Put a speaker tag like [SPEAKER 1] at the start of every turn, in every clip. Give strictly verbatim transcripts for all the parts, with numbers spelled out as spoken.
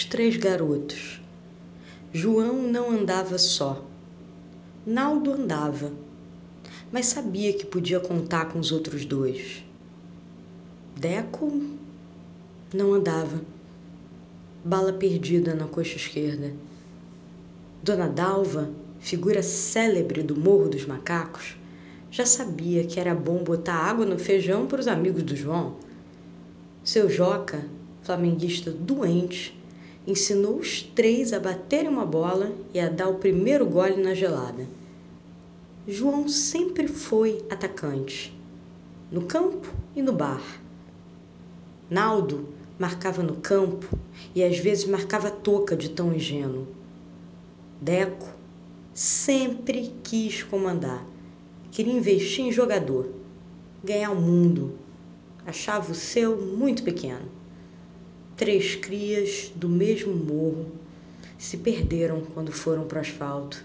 [SPEAKER 1] Os três garotos. João não andava só. Naldo andava, mas sabia que podia contar com os outros dois. Deco não andava. Bala perdida na coxa esquerda. Dona Dalva, figura célebre do Morro dos Macacos, já sabia que era bom botar água no feijão para os amigos do João. Seu Joca, flamenguista doente, ensinou os três a baterem uma bola e a dar o primeiro gole na gelada. João sempre foi atacante, no campo e no bar. Naldo marcava no campo e às vezes marcava toca de tão ingênuo. Deco sempre quis comandar, queria investir em jogador, ganhar o mundo, achava o seu muito pequeno. Três crias do mesmo morro se perderam quando foram para o asfalto.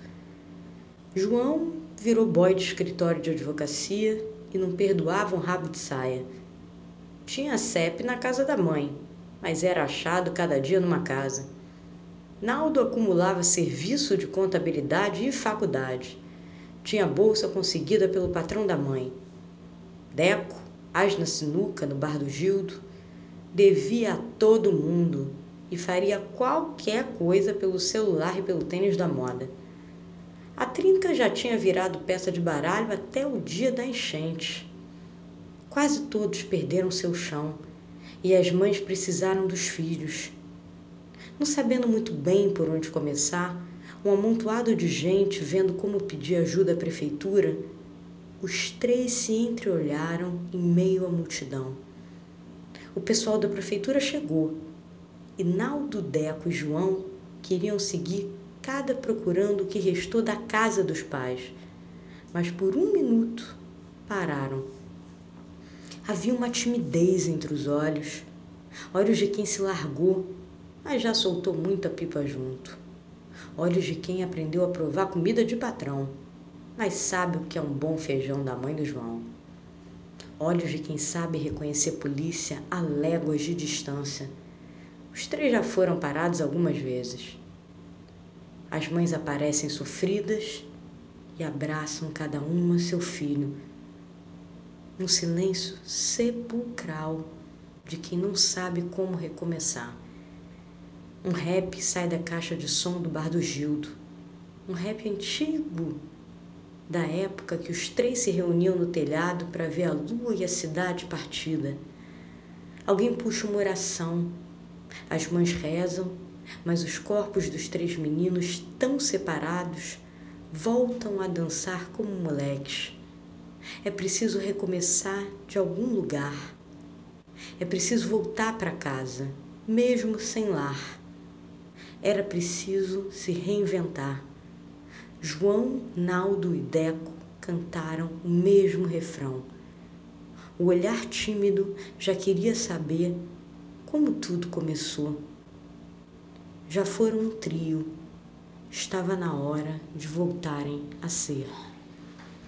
[SPEAKER 1] João virou boy de escritório de advocacia e não perdoava um rabo de saia. Tinha C E P na casa da mãe, mas era achado cada dia numa casa. Naldo acumulava serviço de contabilidade e faculdade. Tinha bolsa conseguida pelo patrão da mãe. Deco, as na sinuca no bar do Gildo, devia a todo mundo e faria qualquer coisa pelo celular e pelo tênis da moda. A trinca já tinha virado peça de baralho até o dia da enchente. Quase todos perderam seu chão e as mães precisaram dos filhos. Não sabendo muito bem por onde começar, um amontoado de gente vendo como pedir ajuda à prefeitura, os três se entreolharam em meio à multidão. O pessoal da prefeitura chegou e Naldo, Deco e João queriam seguir cada procurando o que restou da casa dos pais, mas por um minuto pararam. Havia uma timidez entre os olhos, olhos de quem se largou, mas já soltou muita pipa junto. Olhos de quem aprendeu a provar comida de patrão, mas sabe o que é um bom feijão da mãe do João. Olhos de quem sabe reconhecer polícia a léguas de distância. Os três já foram parados algumas vezes. As mães aparecem sofridas e abraçam cada uma seu filho. Um silêncio sepulcral de quem não sabe como recomeçar. Um rap sai da caixa de som do bar do Gildo. Um rap antigo, da época que os três se reuniam no telhado para ver a lua e a cidade partida. Alguém puxa uma oração. As mães rezam, mas os corpos dos três meninos, tão separados, voltam a dançar como moleques. É preciso recomeçar de algum lugar. É preciso voltar para casa, mesmo sem lar. Era preciso se reinventar. João, Naldo e Deco cantaram o mesmo refrão. O olhar tímido já queria saber como tudo começou. Já foram um trio. Estava na hora de voltarem a ser.